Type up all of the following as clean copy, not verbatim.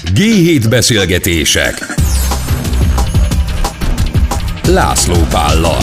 G7 beszélgetések László Pállal.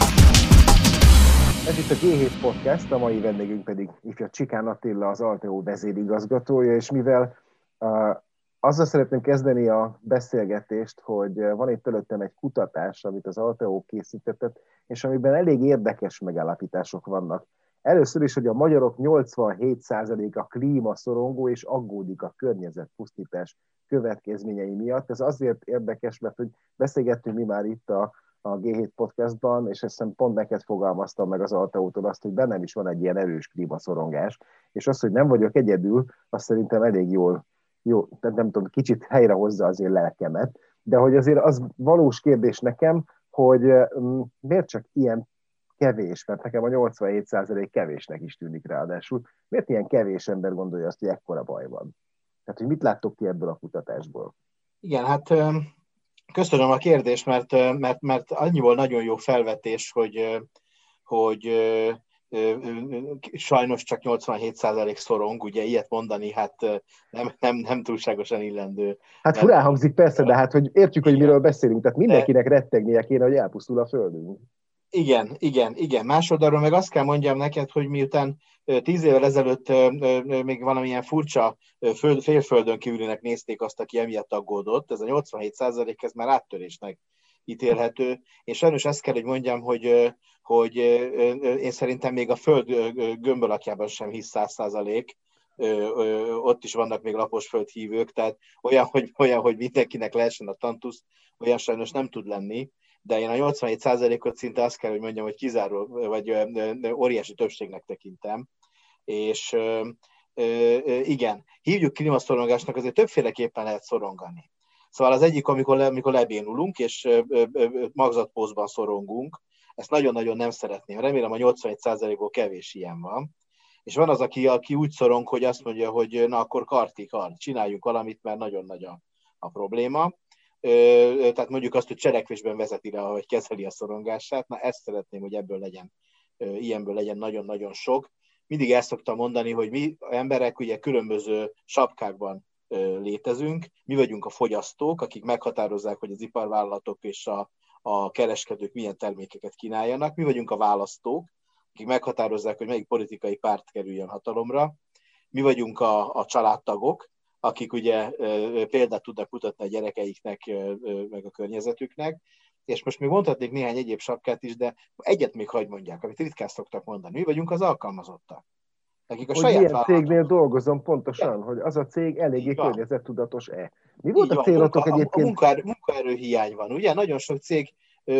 Ez itt a G7 Podcast, a mai vendégünk pedig ifjú Csikán Attila, az Alteo vezérigazgatója, és mivel azzal szeretném kezdeni a beszélgetést, hogy van itt előttem egy kutatás, amit az Alteo készítetett, és amiben elég érdekes megállapítások vannak. Először is, hogy a magyarok 87%-a klímaszorongó és aggódik a környezetpusztítás következményei miatt. Ez azért érdekes, mert hogy beszélgettünk mi már itt a G7 Podcastban, és ezt pont neked fogalmaztam meg az Alteótól azt, hogy bennem is van egy ilyen erős klímaszorongás, és az, hogy nem vagyok egyedül, azt szerintem elég jó, tehát nem tudom, kicsit helyrehozza azért lelkemet, de hogy azért az valós kérdés nekem, hogy miért csak ilyen kevés, mert nekem a 87% kevésnek is tűnik ráadásul. Miért ilyen kevés ember gondolja azt, hogy ekkora baj van? Tehát, hogy mit láttok ki ebből a kutatásból? Igen, hát köszönöm a kérdést, mert annyiból nagyon jó felvetés, hogy sajnos csak 87% szorong, ugye ilyet mondani, hát nem túlságosan illendő. Hát furán hangzik persze, de hát hogy értjük, hogy miről beszélünk, tehát mindenkinek rettegnie kéne, hogy elpusztul a földünk. Igen. Másodarról meg azt kell mondjam neked, hogy miután 10 évvel ezelőtt még valamilyen furcsa félföldön kívülinek nézték azt, aki emiatt aggódott, ez a 87% ez már áttörésnek ítélhető, és sajnos ezt kell, hogy mondjam, hogy én szerintem még a föld gömbölakjában sem hisz 100%, ott is vannak még lapos földhívők, tehát olyan, hogy mindenkinek lehessen a tantusz, olyan sajnos nem tud lenni. De én a 87%-ot szinte azt kell, hogy mondjam, hogy kizáró, vagy óriási többségnek tekintem. És igen, hívjuk klímaszorongásnak, azért többféleképpen lehet szorongani. Szóval az egyik, amikor lebénulunk, és magzatpózban szorongunk, ezt nagyon-nagyon nem szeretném. Remélem a 87%-ból kevés ilyen van. És van az, aki úgy szorong, hogy azt mondja, hogy na akkor karti, csináljunk valamit, mert nagyon nagy a probléma. Tehát mondjuk azt, hogy cselekvésben vezeti le, ahogy kezeli a szorongását. Na ezt szeretném, hogy ilyenből legyen nagyon-nagyon sok. Mindig el szoktam mondani, hogy mi emberek ugye különböző sapkákban létezünk. Mi vagyunk a fogyasztók, akik meghatározzák, hogy az iparvállalatok és a kereskedők milyen termékeket kínáljanak. Mi vagyunk a választók, akik meghatározzák, hogy melyik politikai párt kerüljön hatalomra. Mi vagyunk a családtagok, akik ugye példát tudnak mutatni a gyerekeiknek, meg a környezetüknek. És most még mondhatnék néhány egyéb sapkát is, de egyet még hagy mondják, amit ritkán szoktak mondani. Mi vagyunk az alkalmazottak. Akik a hogy saját ilyen cégnél dolgozom pontosan, hogy az a cég eléggé környezettudatos-e. Mi volt a célotok egyébként? A munkaerőhiány van, ugye? Nagyon sok cég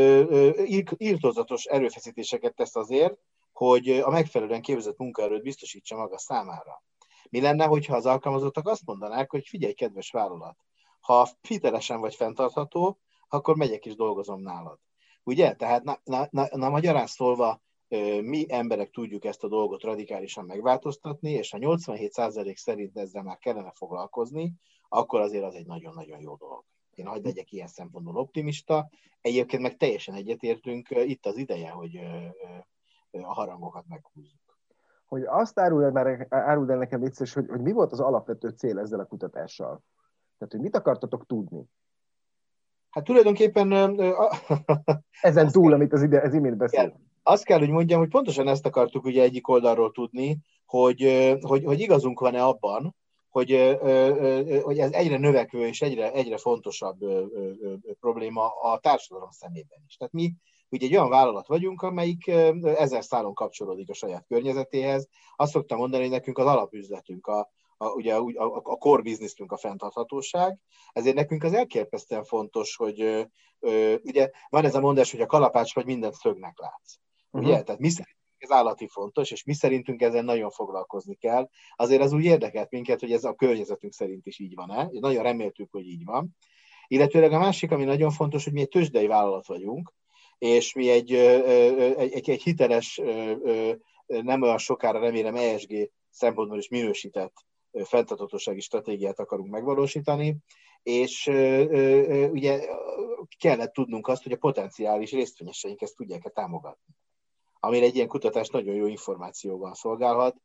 irtózatos erőfeszítéseket tesz azért, hogy a megfelelően képzett munkaerőt biztosítsa maga számára. Mi lenne, hogyha az alkalmazottak azt mondanák, hogy figyelj, kedves vállalat, ha hitelesen vagy fenntartható, akkor megyek és dolgozom nálad. Ugye? Tehát magyarán szólva, mi emberek tudjuk ezt a dolgot radikálisan megváltoztatni, és ha 87% szerint ezzel már kellene foglalkozni, akkor azért az egy nagyon-nagyon jó dolog. Én hagyd legyek ilyen szempontból optimista. Egyébként meg teljesen egyetértünk, itt az ideje, hogy a harangokat meghúzzuk. Hogy azt áruld el nekem vicces, hogy mi volt az alapvető cél ezzel a kutatással? Tehát, hogy mit akartatok tudni? Hát tulajdonképpen... Ezen túl, amit az imént beszélt. Azt kell, hogy mondjam, hogy pontosan ezt akartuk ugye egyik oldalról tudni, hogy igazunk van-e abban, hogy ez egyre növekvő és egyre fontosabb probléma a társadalom szemében is. Tehát mi ugye egy olyan vállalat vagyunk, amelyik 1000 szálon kapcsolódik a saját környezetéhez. Azt szoktam mondani, hogy nekünk az alapüzletünk, ugye a core businessünk a fenntarthatóság, ezért nekünk az elképesztően fontos, hogy ugye van ez a mondás, hogy a kalapács vagy mindent szögnek látsz. Ugye? Tehát mi szerintünk ez állati fontos, és mi szerintünk ezzel nagyon foglalkozni kell. Azért az úgy érdekelt minket, hogy ez a környezetünk szerint is így van-e. Nagyon reméltük, hogy így van. Illetőleg a másik, ami nagyon fontos, hogy mi egy tőzsdei vállalat vagyunk, és mi egy hiteles, nem olyan sokára remélem ESG szempontból is minősített fenntarthatósági stratégiát akarunk megvalósítani, és ugye kellett tudnunk azt, hogy a potenciális részvényeseink ezt tudják-e támogatni. Amire egy ilyen kutatás nagyon jó információval szolgálhat,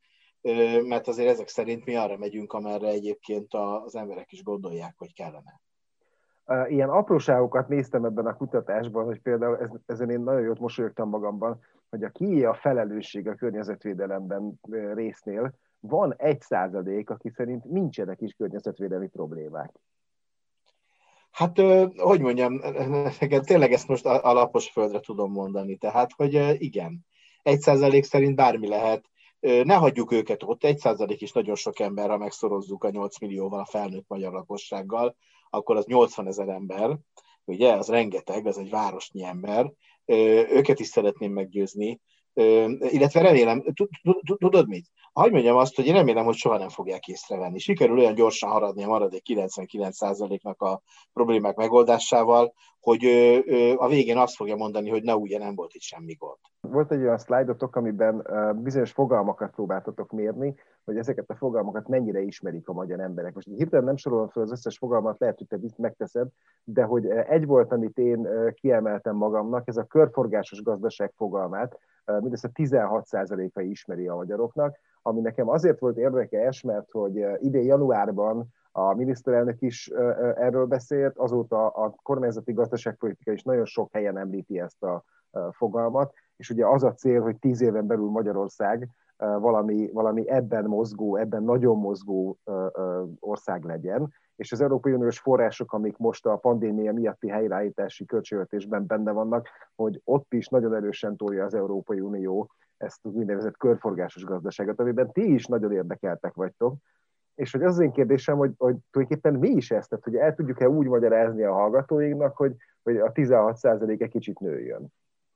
mert azért ezek szerint mi arra megyünk, amerre egyébként az emberek is gondolják, hogy kellene. Ilyen apróságokat néztem ebben a kutatásban, hogy például ezen én nagyon jót mosolyogtam magamban, hogy kié a felelősség a környezetvédelemben résznél, van 1%, aki szerint nincsenek is környezetvédelmi problémák. Hát, hogy mondjam, tényleg ezt most alapos földre tudom mondani. Tehát, hogy igen, 1% szerint bármi lehet. Ne hagyjuk őket ott, 1% is nagyon sok ember, ha megszorozzuk a 8 millióval a felnőtt magyar lakossággal, akkor az 80 000 ember, ugye, az rengeteg, az egy városnyi ember. Őket is szeretném meggyőzni, illetve remélem, tudod mit? Hagy mondjam azt, hogy én remélem, hogy soha nem fogják észrevenni. Sikerül olyan gyorsan haradni a maradék 99%-nak a problémák megoldásával, hogy a végén azt fogja mondani, hogy na ugye nem volt itt semmi gond. Volt egy olyan szlájdotok, amiben bizonyos fogalmakat próbáltatok mérni, hogy ezeket a fogalmakat mennyire ismerik a magyar emberek. Most hirtelen nem sorolom fel az összes fogalmat, lehet, hogy te megteszed, de hogy egy volt, amit én kiemeltem magamnak, ez a körforgásos gazdaság fogalmát, mindössze 16%-a ismeri a magyaroknak, ami nekem azért volt érdekes, mert hogy idén januárban a miniszterelnök is erről beszélt, azóta a kormányzati gazdaságpolitika is nagyon sok helyen említi ezt a fogalmat, és ugye az a cél, hogy 10 éven belül Magyarország valami ebben mozgó, ebben nagyon mozgó ország legyen, és az Európai Uniós források, amik most a pandémia miatti helyreállítási költségvetésben benne vannak, hogy ott is nagyon erősen tolja az Európai Unió ezt az úgynevezett körforgásos gazdaságot, amiben ti is nagyon érdekeltek vagytok. És hogy az én kérdésem, hogy tulajdonképpen mi is ezt, tehát hogy el tudjuk-e úgy magyarázni a hallgatóinknak, hogy a 16% egy kicsit nőjön?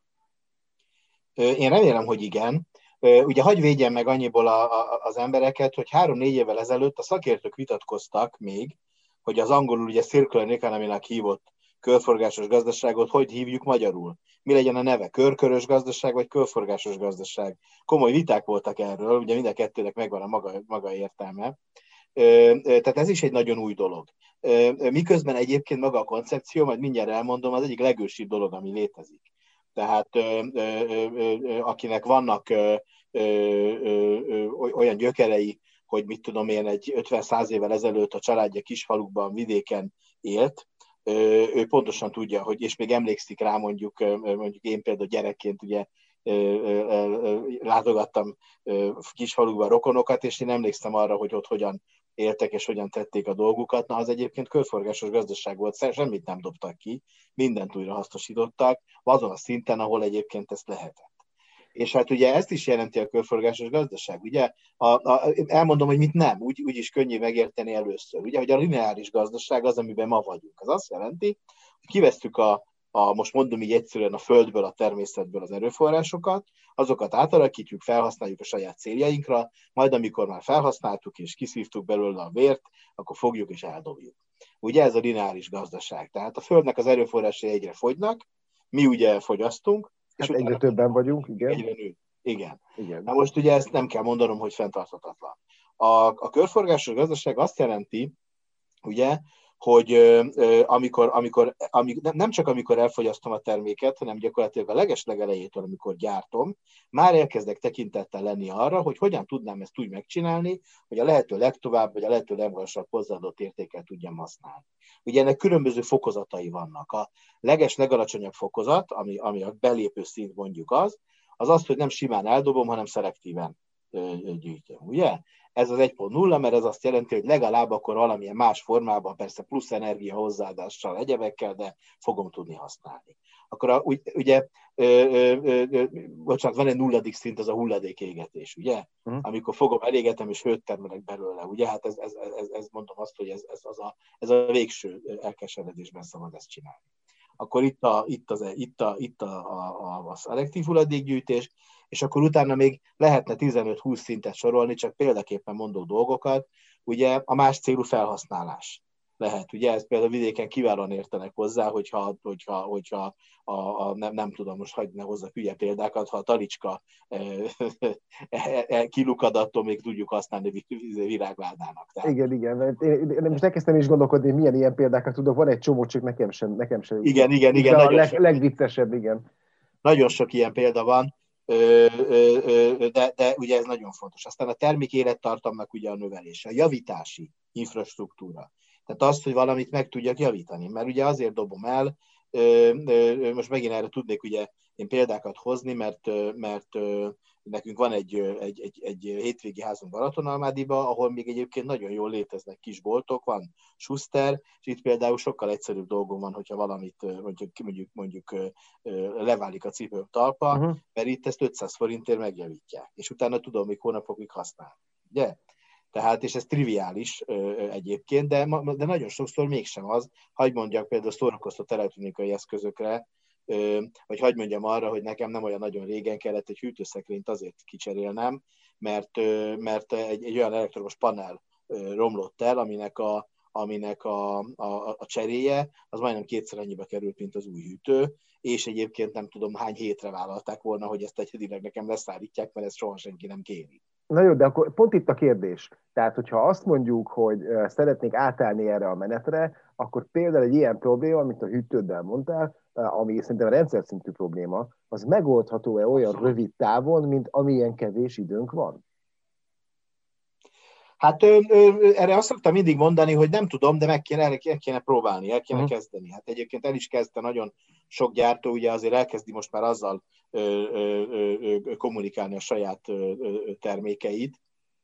Én remélem, hogy igen. Ugye hagyj védjen meg annyiból az embereket, hogy 3-4 évvel ezelőtt a szakértők vitatkoztak még, hogy az angolul ugye circular economy-nak hívott körforgásos gazdaságot hogy hívjuk magyarul. Mi legyen a neve? Körkörös gazdaság vagy körforgásos gazdaság? Komoly viták voltak erről, ugye mind a kettőnek megvan a maga értelme. Tehát ez is egy nagyon új dolog. Miközben egyébként maga a koncepció, majd mindjárt elmondom, az egyik legősibb dolog, ami létezik. Tehát akinek vannak olyan gyökerei, hogy mit tudom én, egy 50-100 évvel ezelőtt a családja kisfalukban, vidéken élt, ő pontosan tudja, hogy, és még emlékszik rá, mondjuk én például gyerekként ugye látogattam kisfalukban rokonokat, és én emlékszem arra, hogy ott hogyan éltek és hogyan tették a dolgukat. Na, az egyébként körforgásos gazdaság volt, semmit nem dobtak ki, mindent újra hasznosítottak, azon a szinten, ahol egyébként ezt lehetett. És hát ugye ezt is jelenti a körforgásos gazdaság. Ugye elmondom, hogy mit nem, úgy is könnyű megérteni először. Ugye, hogy a lineáris gazdaság az, amiben ma vagyunk. Az azt jelenti, hogy kivesztük most mondom így egyszerűen a földből, a természetből az erőforrásokat, azokat átalakítjuk, felhasználjuk a saját céljainkra, majd amikor már felhasználtuk és kiszívtuk belőle a vért, akkor fogjuk és eldobjuk. Ugye ez a lineáris gazdaság. Tehát a földnek az erőforrásai egyre fogynak, mi ugye fogyasztunk, és egyre többen vagyunk, igen. Egyre nő. Igen. Na most ugye ezt nem kell mondanom, hogy fenntarthatatlan. A körforgásos gazdaság azt jelenti, ugye, hogy nem csak amikor elfogyasztom a terméket, hanem gyakorlatilag a legelejétől, amikor gyártom, már elkezdek tekintettel lenni arra, hogy hogyan tudnám ezt úgy megcsinálni, hogy a lehető legtovább, vagy a lehető legmagasabb hozzáadott értékkel tudjam használni. Ugye ennek különböző fokozatai vannak. A legalacsonyabb fokozat, ami a belépő szint mondjuk az, hogy nem simán eldobom, hanem szelektíven gyűjtöm, ugye? Ez az 1.0, mert ez azt jelenti, hogy legalább akkor valamilyen más formában, persze plusz energia hozzáadással, egyebekkel, de fogom tudni használni. Akkor bocsánat, van egy nulladik szint, az a hulladékégetés, ugye? Amikor fogom, elégetem és hőt termelek belőle, ugye? Hát ez mondom azt, hogy ez a végső elkeseredésben szabad ezt csinálni. Akkor itt a szelektív hulladékgyűjtés, és akkor utána még lehetne 15-20 szintet sorolni, csak példaképpen mondok dolgokat, ugye a más célú felhasználás lehet. Ugye ezt például vidéken kiválóan értenek hozzá, hogyha nem tudom, most hagyd ne hozzak hülye példákat, ha a talicska kilukad, attól még tudjuk használni virágládának. Tehát... Igen. Én most elkezdtem is gondolkodni, milyen ilyen példákat tudok. Van egy csomó, csak nekem sem. Igen. A legviccesebb, igen. Nagyon sok ilyen példa van. de ugye ez nagyon fontos. Aztán a termék élettartamnak ugye a növelése, a javítási infrastruktúra. Tehát azt, hogy valamit meg tudjak javítani, mert ugye azért dobom el, most megint erre tudnék ugye én példákat hozni, mert nekünk van egy hétvégi házunk Balatonalmádiba, ahol még egyébként nagyon jól léteznek kis boltok, van Schuster, és itt például sokkal egyszerűbb dolgom van, hogyha valamit mondjuk leválik a cipőm talpa, mert itt ezt 500 forintért megjavítják, és utána tudom még hónapokig használni. Ugye? Tehát, és ez triviális egyébként, de nagyon sokszor mégsem az. Hagy mondjak például szórakoztató elektronikai eszközökre, vagy hagy mondjam arra, hogy nekem nem olyan nagyon régen kellett egy hűtőszekrényt azért kicserélnem, mert egy olyan elektromos panel romlott el, aminek a cseréje, az majdnem kétszer annyiba került, mint az új hűtő, és egyébként nem tudom hány hétre vállalták volna, hogy ezt egyedileg nekem leszállítják, mert ezt soha senki nem kéri. Na jó, de akkor pont itt a kérdés. Tehát, hogyha azt mondjuk, hogy szeretnék átállni erre a menetre, akkor például egy ilyen probléma, amit a hűtőddel mondtál, ami szerintem a rendszer szintű probléma, az megoldható-e olyan rövid távon, mint amilyen kevés időnk van? Hát erre azt szoktam mindig mondani, hogy nem tudom, de el kéne próbálni, el kéne kezdeni. Hát egyébként el is kezdte nagyon sok gyártó, ugye azért elkezdi most már azzal kommunikálni a saját termékeit,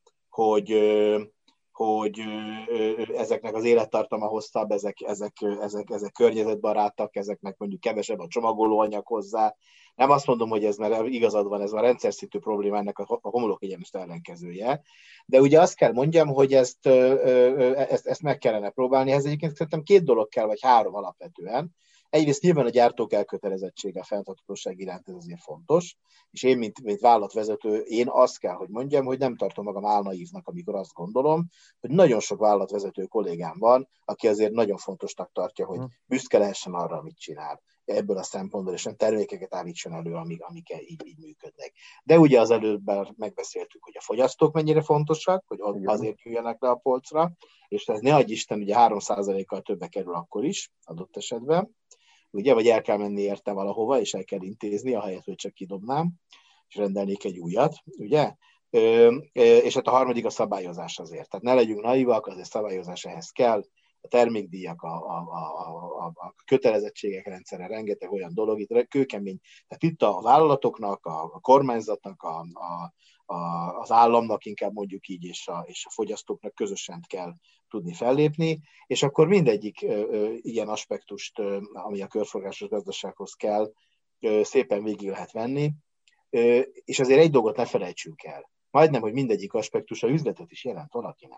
hogy ezeknek az élettartama hosszabb, ezek környezetbarátak, ezeknek mondjuk kevesebb a csomagolóanyag hozzá. Nem azt mondom, hogy ez már igazad van, ez már rendszer szintű probléma, ennek a homlokegyenest ellenkezője. De ugye azt kell mondjam, hogy ezt meg kellene próbálni. Ez egyébként szerintem 2 dolog kell, vagy 3 alapvetően. Egyrészt nyilván a gyártók elkötelezettsége a fenntarthatóság iránt, ez azért fontos, és én, mint vállalatvezető, én azt kell, hogy mondjam, hogy nem tartom magam álnaívnak, amikor azt gondolom, hogy nagyon sok vállalatvezető kollégám van, aki azért nagyon fontosnak tartja, hogy büszke lehessen arra, amit csinál ebből a szempontból, és nem termékeket állítson elő, amik így működnek. De ugye az előbb megbeszéltük, hogy a fogyasztók mennyire fontosak, hogy azért jöjjenek le a polcra, és ez ne adj Isten, ugye 3%-kal többe kerül akkor is, adott esetben, ugye, vagy el kell menni érte valahova, és el kell intézni, ahelyett, hogy csak kidobnám, és rendelnék egy újat, ugye? És hát a harmadik a szabályozás azért. Tehát ne legyünk naivak, azért szabályozás ehhez kell, a termékdíjak, a kötelezettségek rendszere, rengeteg olyan dolog, itt kőkemény. Tehát itt a vállalatoknak, a kormányzatnak, az államnak inkább mondjuk így, és a fogyasztóknak közösen kell tudni fellépni, és akkor mindegyik ilyen aspektust, ami a körforgásos gazdasághoz kell, szépen végig lehet venni, és azért egy dolgot ne felejtsünk el. Majdnem, hogy mindegyik aspektus a üzletet is jelent valakinek.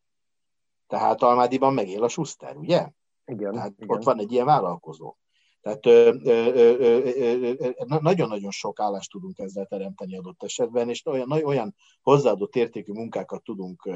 Tehát Almádiban megél a Schuster, ugye? Igen. Tehát ott van egy ilyen vállalkozó. Tehát nagyon-nagyon sok állást tudunk ezzel teremteni adott esetben, és olyan hozzáadott értékű munkákat tudunk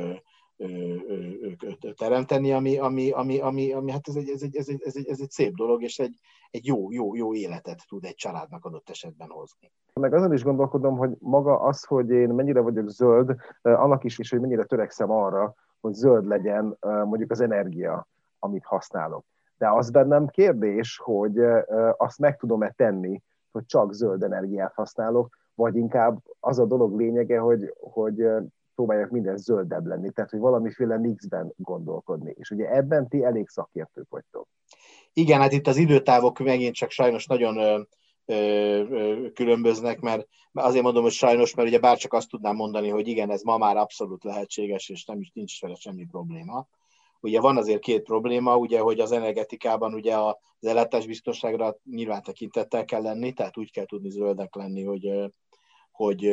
teremteni, ami hát ez egy szép dolog, és egy jó életet tud egy családnak adott esetben hozni. Meg azon is gondolkodom, hogy maga az, hogy én mennyire vagyok zöld, annak is, hogy mennyire törekszem arra, hogy zöld legyen mondjuk az energia, amit használok. De az bennem kérdés, hogy azt meg tudom-e tenni, hogy csak zöld energiát használok, vagy inkább az a dolog lényege, hogy próbáljak minden zöldebb lenni, tehát hogy valamiféle mixben gondolkodni. És ugye ebben ti elég szakértők vagytok. Igen, hát itt az időtávok megint csak sajnos nagyon különböznek, mert azért mondom, hogy sajnos, mert ugye bárcsak azt tudnám mondani, hogy igen, ez ma már abszolút lehetséges, és nincs vele semmi probléma. Ugye van azért 2 probléma, ugye, hogy az energetikában ugye az ellátásbiztonságra nyilván tekintettel kell lenni, tehát úgy kell tudni zöldek lenni, hogy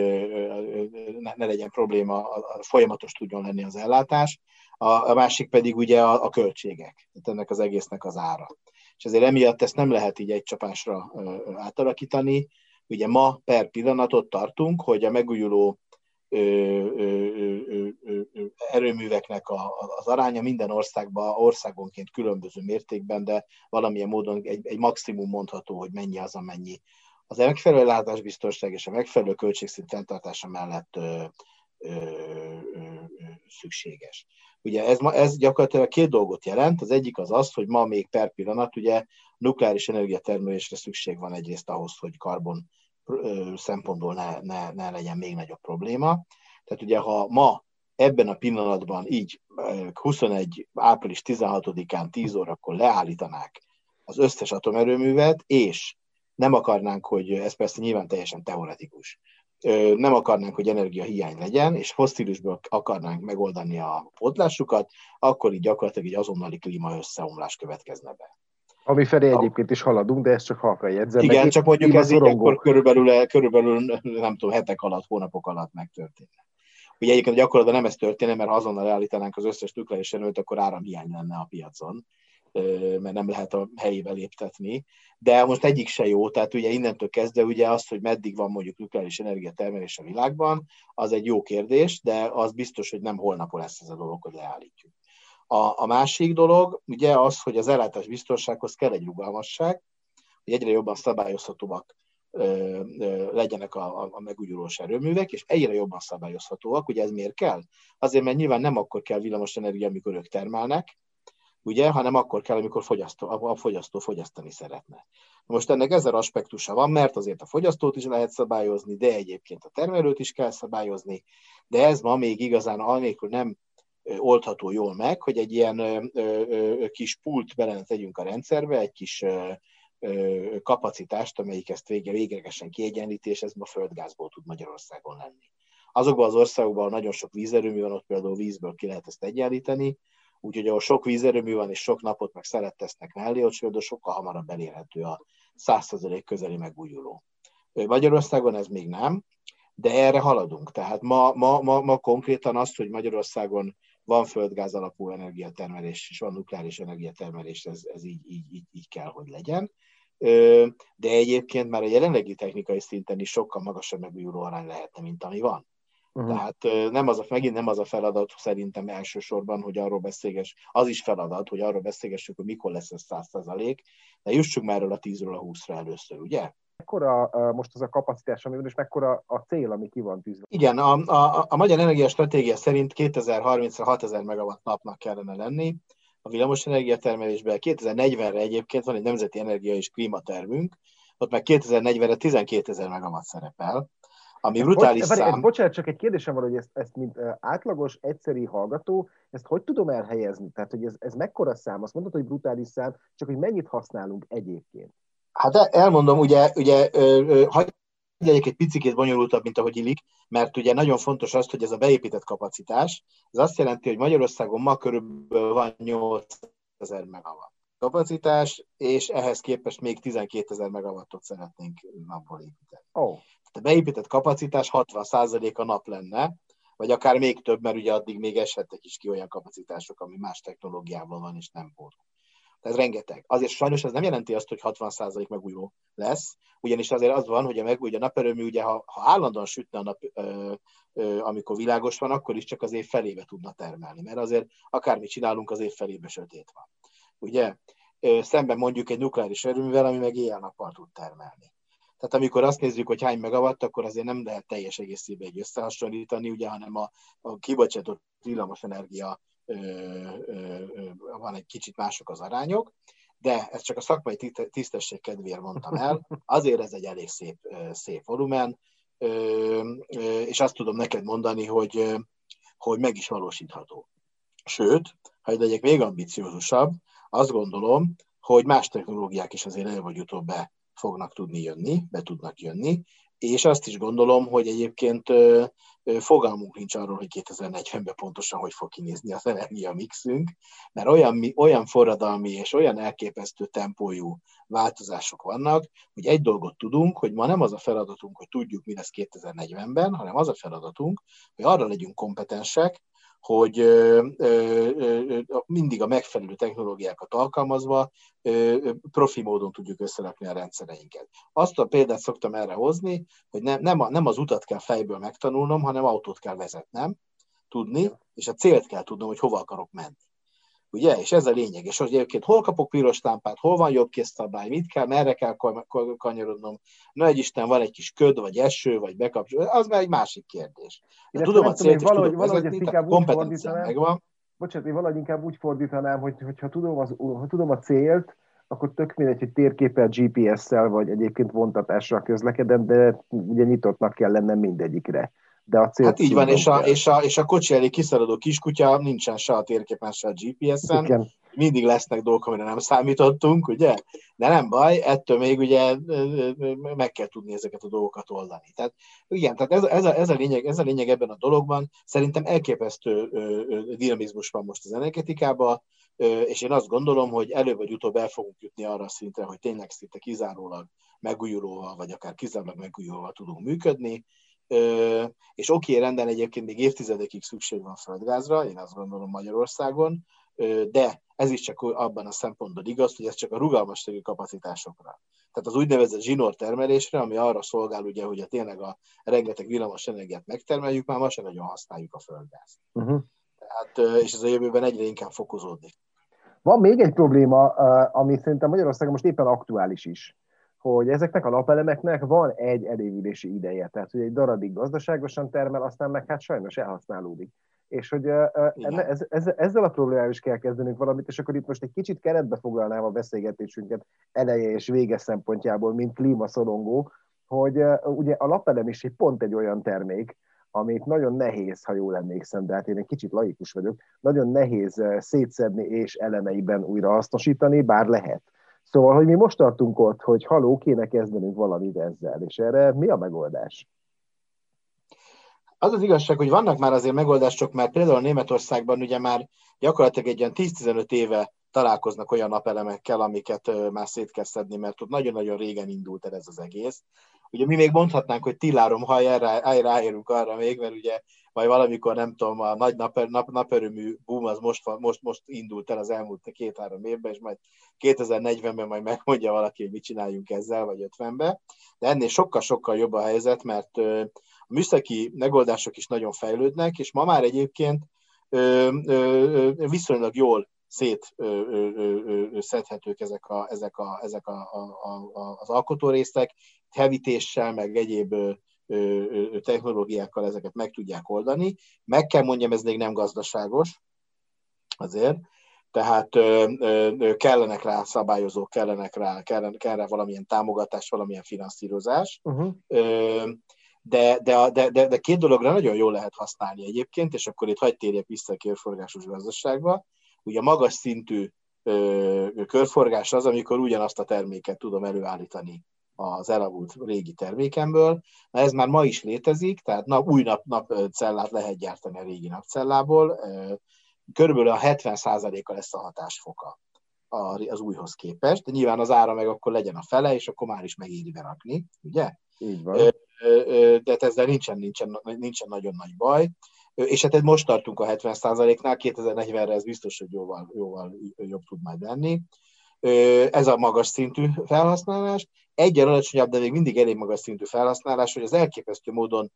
ne legyen probléma, folyamatos tudjon lenni az ellátás. A másik pedig ugye a költségek, tehát ennek az egésznek az ára. És ezért emiatt ezt nem lehet így egy csapásra átalakítani. Ugye ma per pillanatot tartunk, hogy a megújuló erőműveknek az aránya minden országonként különböző mértékben, de valamilyen módon egy maximum mondható, hogy mennyi az, amennyi az megfelelő ellátásbiztonság és a megfelelő költségszint fenntartása mellett szükséges. Ugye ez gyakorlatilag 2 dolgot jelent. Az egyik az, hogy ma még per pillanat ugye nukleáris energiatermelésre szükség van egyrészt ahhoz, hogy szempontból ne legyen még nagyobb probléma. Tehát ugye, ha ma ebben a pillanatban így 21. április 16-án 10 órakor leállítanák az összes atomerőművet, és nem akarnánk, hogy ez persze nyilván teljesen teoretikus, nem akarnánk, hogy energiahiány legyen, és fosszilisból akarnánk megoldani a pótlásukat, akkor így gyakorlatilag egy azonnali klíma összeomlás következne be. Ami felé egyébként is haladunk, de ezt csak halkan jegyzem. Igen, csak mondjuk ez így akkor körülbelül nem tudom, hetek alatt, hónapok alatt megtörténne. Ugye egyébként gyakorlatilag nem ez történne, mert ha azonnal állítanánk az összes nukleáris erőt, akkor áramhiány lenne a piacon, mert nem lehet a helyébe léptetni. De most egyik se jó, tehát ugye innentől kezdve ugye az, hogy meddig van mondjuk nukleáris energiatermelés a világban, az egy jó kérdés, de az biztos, hogy nem holnapon lesz ez a dolog, hogy leállítjuk. A másik dolog ugye az, hogy az ellátás biztonsághoz kell egy rugalmasság, hogy egyre jobban szabályozhatóak legyenek a megújulós erőművek, és egyre jobban szabályozhatóak. Ugye ez miért kell? Azért, mert nyilván nem akkor kell villamos energia, amikor ők termelnek, ugye, hanem akkor kell, amikor a fogyasztó fogyasztani szeretne. Most ennek 1000 aspektusa van, mert azért a fogyasztót is lehet szabályozni, de egyébként a termelőt is kell szabályozni, de ez ma még igazán anélkül nem oldható jól meg, hogy egy ilyen kis pult bele tegyünk a rendszerbe, egy kis kapacitást, amelyik ezt véglegesen kiegyenlíti, és ez ma földgázból tud Magyarországon lenni. Azokban az országokban, ahol nagyon sok vízerőmű van, ott például vízből ki lehet ezt egyenlíteni, úgyhogy ahol sok vízerőmű van, és sok napot meg szelet tesznek mellé, ott például sokkal hamarabb elérhető a 100% közeli megújuló. Magyarországon ez még nem, de erre haladunk. Tehát ma konkrétan az, hogy Magyarországon van földgáz alapú energiatermelés, és van nukleáris energiatermelés, ez így kell, hogy legyen. De egyébként már a jelenlegi technikai szinten is sokkal magasabb megújuló arány lehetne, mint ami van. Tehát megint nem az a feladat szerintem elsősorban, hogy arról beszélgess, az is feladat, hogy arról beszélgessük, hogy mikor lesz ez 100%, de jussunk már erről a 10-ről a 20-ra először, ugye? Mekkora most az a kapacitás, amiben, és mekkora a cél, ami ki van tűzve? Igen, a Magyar Energia Stratégia szerint 2030-ra 6000 megawatt napnak kellene lenni a villamosenergia termelésben. 2040-re egyébként van egy nemzeti energia és klímatervünk, ott meg 2040-re 12 000 megawatt szerepel, ami brutális szám. Bocsánat, csak egy kérdésem van, hogy ezt mint átlagos, egyszeri hallgató, ezt hogy tudom elhelyezni? Tehát, hogy ez mekkora szám? Azt mondod, hogy brutális szám, csak hogy mennyit használunk egyébként? Hát elmondom, ugye hagyj legyek egy picikét bonyolultabb, mint ahogy illik, mert ugye nagyon fontos az, hogy ez a beépített kapacitás, ez azt jelenti, hogy Magyarországon ma körülbelül van 8000 megawatt kapacitás, és ehhez képest még 12 000 megawattot szeretnénk napból építeni. A beépített kapacitás 60% a nap lenne, vagy akár még több, mert ugye addig még eshettek is ki olyan kapacitások, ami más technológiában van, és nem pótol. Ez rengeteg. Azért sajnos ez nem jelenti azt, hogy 60% megújuló lesz, ugyanis azért az van, hogy a naperőmű, ugye, ha állandóan sütne a nap, amikor világos van, akkor is csak az év felébe tudna termelni, mert azért akármit csinálunk, az év felébe sötét van. Ugye? Szemben mondjuk egy nukleáris erőművel, ami meg éjjel-nappal tud termelni. Tehát amikor azt nézzük, hogy hány megawatt, akkor azért nem lehet teljes egészében egy összehasonlítani, ugye, hanem a kibocsátott villamosenergia van egy kicsit mások az arányok, de ezt csak a szakmai tisztesség kedvéért mondtam el, azért ez egy elég szép volumen, és azt tudom neked mondani, hogy meg is valósítható. Sőt, ha legyek még ambiciózusabb, azt gondolom, hogy más technológiák is azért el vagy utóbb be tudnak jönni, és azt is gondolom, hogy egyébként fogalmunk nincs arról, hogy 2040-ben pontosan hogy fog kinézni az energiamixünk, mert olyan forradalmi és olyan elképesztő tempójú változások vannak, hogy egy dolgot tudunk, hogy ma nem az a feladatunk, hogy tudjuk, mi lesz 2040-ben, hanem az a feladatunk, hogy arra legyünk kompetensek, hogy mindig a megfelelő technológiákat alkalmazva profi módon tudjuk összerakni a rendszereinket. Azt a példát szoktam erre hozni, hogy nem az utat kell fejből megtanulnom, hanem autót kell vezetnem, tudni, és a célt kell tudnom, hogy hova akarok menni. Ugye? És ez a lényeg. És hogy egyébként hol kapok piros lámpát, hol van jobbkézszabály, mit kell, merre kell kanyarodnom. Na egy Isten, van egy kis köd, vagy eső, vagy bekapcsoló, az már egy másik kérdés. De tudom a célt, és tudom vezetni, tehát a kompetenciám megvan. Bocsánat, én valahogy inkább úgy fordítanám, hogy ha tudom a célt, akkor tök mindegy, hogy térképpel, GPS-szel vagy egyébként vontatással közlekedem, de ugye nyitottnak kell lennem mindegyikre. De a célt Hát így van, tudnom kell. és a kocsi elé kiszaladó kiskutya nincsen se a térképen, se a GPS-en, Igen. mindig lesznek dolgok, amire nem számítottunk, ugye? De nem baj, ettől még ugye meg kell tudni ezeket a dolgokat oldani. Tehát igen, tehát ez a lényeg ebben a dologban. Szerintem elképesztő dinamizmus van most az energetikában, és én azt gondolom, hogy előbb vagy utóbb el fogunk jutni arra a szintre, hogy tényleg szinte kizárólag megújulóval, vagy akár kizárólag megújulóval tudunk működni, és rendben egyébként még évtizedekig szükség van földgázra, én azt gondolom Magyarországon, de ez is csak abban a szempontból igaz, hogy ez csak a rugalmassági kapacitásokra. Tehát az úgynevezett zsinór termelésre, ami arra szolgál, ugye, hogy tényleg a rengeteg villamos energiát megtermeljük, már ma sem nagyon használjuk a földgázt. Tehát, és ez a jövőben egyre inkább fokozódik. Van még egy probléma, ami szerintem Magyarországon most éppen aktuális is, hogy ezeknek a napelemeknek van egy elévülési ideje, tehát hogy egy darabig gazdaságosan termel, aztán meg hát sajnos elhasználódik. És hogy ezzel a problémával is kell kezdenünk valamit, és akkor itt most egy kicsit keretbe foglalnám a beszélgetésünket eleje és vége szempontjából, mint klímaszorongó, hogy ugye a napelem is pont egy olyan termék, amit nagyon nehéz, ha jól emlékszem, de hát én egy kicsit laikus vagyok, nagyon nehéz szétszedni és elemeiben újra hasznosítani, bár lehet. Szóval, hogy mi most tartunk ott, hogy haló, kéne kezdenünk valamit ezzel, és erre mi a megoldás? Az az igazság, hogy vannak már azért megoldások, mert például Németországban ugye már gyakorlatilag egy ilyen 10-15 éve találkoznak olyan napelemekkel, amiket már szét kell szedni, mert ott nagyon-nagyon régen indult el ez az egész. Ugye mi még mondhatnánk, hogy tilárom, ha ráérünk arra még, mert ugye majd valamikor, nem tudom, a nagy naperőmű boom az most indult el az elmúlt 2-3 évben, és majd 2040-ben majd megmondja valaki, hogy mit csináljunk ezzel, vagy 50-ben. De ennél sokkal-sokkal jobb a helyzet, mert a műszaki megoldások is nagyon fejlődnek, és ma már egyébként viszonylag jól szedhetők ezek az alkotórészek, hevítéssel, meg egyéb technológiákkal ezeket meg tudják oldani. Meg kell mondjam, ez még nem gazdaságos azért, tehát kellenek rá szabályozók, kell rá valamilyen támogatás, valamilyen finanszírozás. De két dologra nagyon jól lehet használni egyébként, és akkor itt hadd térjek vissza a körforgásos gazdaságba. Ugye a magas szintű körforgás az, amikor ugyanazt a terméket tudom előállítani az elavult régi termékemből. Na ez már ma is létezik, tehát új napcellát lehet gyártani a régi napcellából. Körülbelül a 70%-a lesz a hatásfoka az újhoz képest, de nyilván az ára meg akkor legyen a fele, és akkor már is megéri berakni, ugye? Így van. De ezzel nincsen nagyon nagy baj. És hát most tartunk a 70%-nál, 2040-re ez biztos, hogy jóval jobb tud majd lenni. Ez a magas szintű felhasználás. Egyen alacsonyabb, de még mindig elég magas szintű felhasználás, hogy az elképesztő módon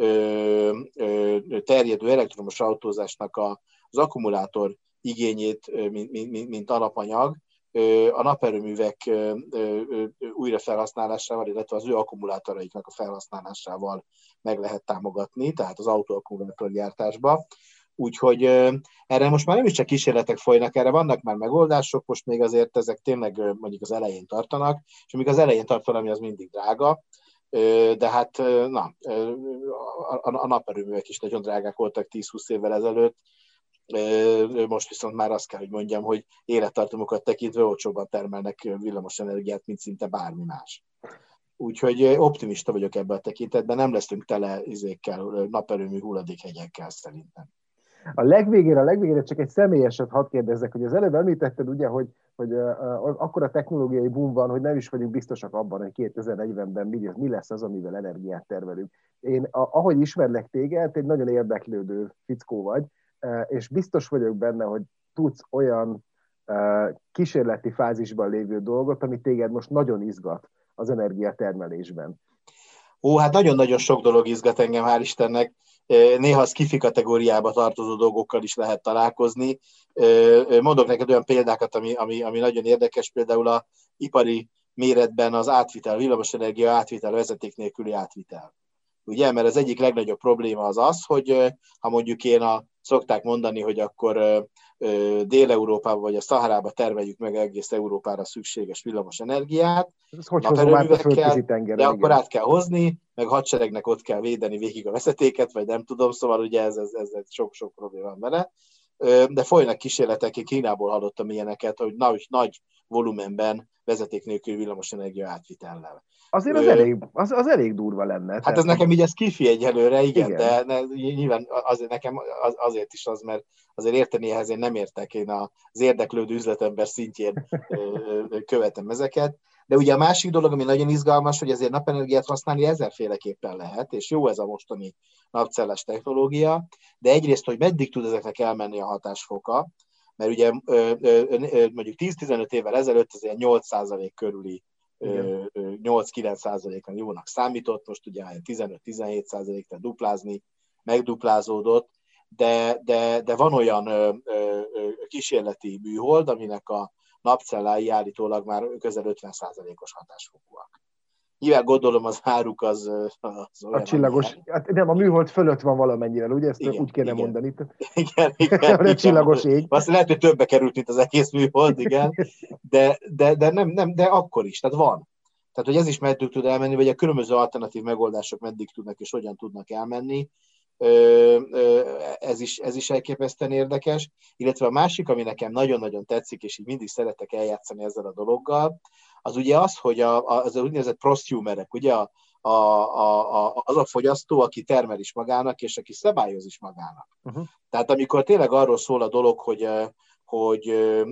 terjedő elektromos autózásnak az akkumulátor igényét, mint alapanyag, a naperőművek újrafelhasználásával, illetve az ő akkumulátoraiknak a felhasználásával meg lehet támogatni, tehát az autóakkumulátorgyártásba. Úgyhogy erre most már nem is csak kísérletek folynak, erre vannak már megoldások, most még azért ezek tényleg mondjuk az elején tartanak, és amíg az elején tart valami, az mindig drága, de hát a naperőművek is nagyon drágák voltak 10-20 évvel ezelőtt, most viszont már azt kell, hogy mondjam, hogy élettartamokat tekintve olcsóban termelnek villamos energiát, mint szinte bármi más. Úgyhogy optimista vagyok ebben a tekintetben, nem leszünk tele naperőmű hulladékhegyekkel szerintem. A legvégére csak egy személyeset hadd kérdezzek, hogy az előbb említetted ugye, hogy akkora technológiai boom van, hogy nem is vagyunk biztosak abban, hogy 2040-ben mi lesz az, amivel energiát termelünk. Én, ahogy ismerlek téged, egy nagyon érdeklődő fickó vagy, és biztos vagyok benne, hogy tudsz olyan kísérleti fázisban lévő dolgot, ami téged most nagyon izgat az energiatermelésben. Hát nagyon-nagyon sok dolog izgat engem, hál' Istennek. Néha a skifi kategóriába tartozó dolgokkal is lehet találkozni. Mondok neked olyan példákat, ami nagyon érdekes, például a ipari méretben az átvitel, villamosenergia átvitel, vezeték nélküli átvitel. Ugye, mert az egyik legnagyobb probléma az, hogy ha mondjuk szokták mondani, hogy akkor Dél-Európába vagy a Szaharába termeljük meg egész Európára szükséges villamos energiát, Ez hogy hozom át a naperőművekkel, földközi tengeren? de akkor igen. át kell hozni, meg hadseregnek ott kell védeni végig a vezetéket, vagy nem tudom, szóval ugye ez sok-sok probléma van vele. De folynak kísérletek, én Kínából hallottam ilyeneket, hogy nagy volumenben vezeték nélkül villamosenergia átvitellel. Azért az elég durva lenne. Hát ez nekem így ez kifi egyelőre, igen. De nyilván nekem azért is az, mert azért érteni ehhez én nem értek, én az érdeklődő üzletember szintjén követem ezeket. De ugye a másik dolog, ami nagyon izgalmas, hogy azért napenergiát használni ezerféleképpen lehet, és jó ez a mostani napcellás technológia, de egyrészt, hogy meddig tud ezeknek elmenni a hatásfoka, mert ugye mondjuk 10-15 évvel ezelőtt ez ilyen 8% körüli 8-9%-on jónak számított, most ugye 15-17%-ra duplázni, megduplázódott, de van olyan kísérleti műhold, aminek a napcellái állítólag már közel 50%-os hatásfokúak. Nyilván gondolom az áruk az olyan. A csillagos, hát nem, a műhold fölött van valamennyivel, ugye? Ezt igen, úgy kéne mondani. Igen. A csillagos ég. Azt lehet, hogy többe került, mint az egész műhold, igen. De akkor is, tehát van. Tehát, hogy ez is meddig tud elmenni, vagy a különböző alternatív megoldások meddig tudnak és hogyan tudnak elmenni. Ez is elképesztően érdekes. Illetve a másik, ami nekem nagyon-nagyon tetszik, és így mindig szeretek eljátszani ezzel a dologgal, az ugye az, hogy az úgynevezett prosumerek, ugye az a fogyasztó, aki termel is magának, és aki szabályoz is magának. Uh-huh. Tehát amikor tényleg arról szól a dolog, hogy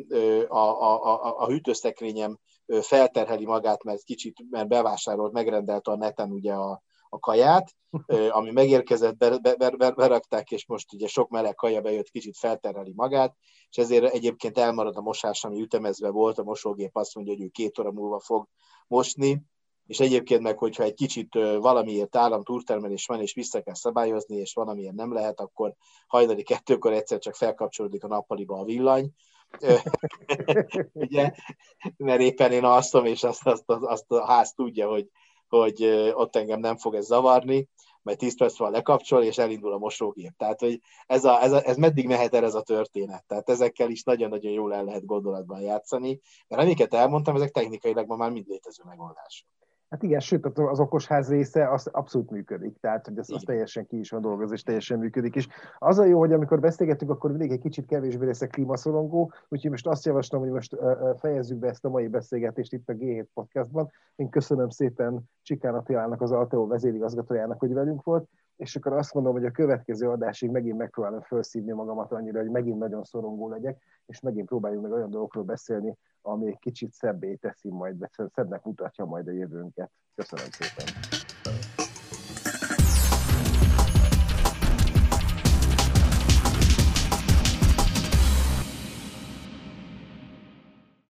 a hűtőszekrényem felterheli magát, mert bevásárolt, megrendelte a neten ugye a kaját, ami megérkezett, berakták, és most ugye sok meleg kaja bejött, kicsit felterheli magát, és ezért egyébként elmarad a mosás, ami ütemezve volt, a mosógép azt mondja, hogy ő 2 óra múlva fog mosni, és egyébként meg, hogyha egy kicsit valamiért túltermelés van, és vissza kell szabályozni, és van, amiért nem lehet, akkor hajnali 2-kor egyszer csak felkapcsolódik a nappaliba a villany, ugye, mert éppen én alszom, és azt a ház tudja, hogy ott engem nem fog ez zavarni, majd 10 perc van lekapcsol, és elindul a mosógép. Tehát, hogy ez meddig mehet el ez a történet? Tehát ezekkel is nagyon-nagyon jól el lehet gondolatban játszani, mert amiket elmondtam, ezek technikailag ma már mind létező megoldások. Hát igen, sőt, az okosház része az abszolút működik, tehát hogy az teljesen ki is van dolgozva, és teljesen működik is. Az a jó, hogy amikor beszélgettünk, akkor mindig egy kicsit kevésbé leszek klímaszorongó, úgyhogy most azt javaslom, hogy most fejezzük be ezt a mai beszélgetést itt a G7 podcastban. Én köszönöm szépen Csikán Attilának, az Alteo vezérigazgatójának, hogy velünk volt, és akkor azt mondom, hogy a következő adásig megint megpróbálom felszívni magamat annyira, hogy megint nagyon szorongó legyek, és megint próbáljunk meg olyan dolgokról beszélni, ami egy kicsit szebbé teszi majd, szebbnek mutatja majd a jövőnket. Köszönöm szépen!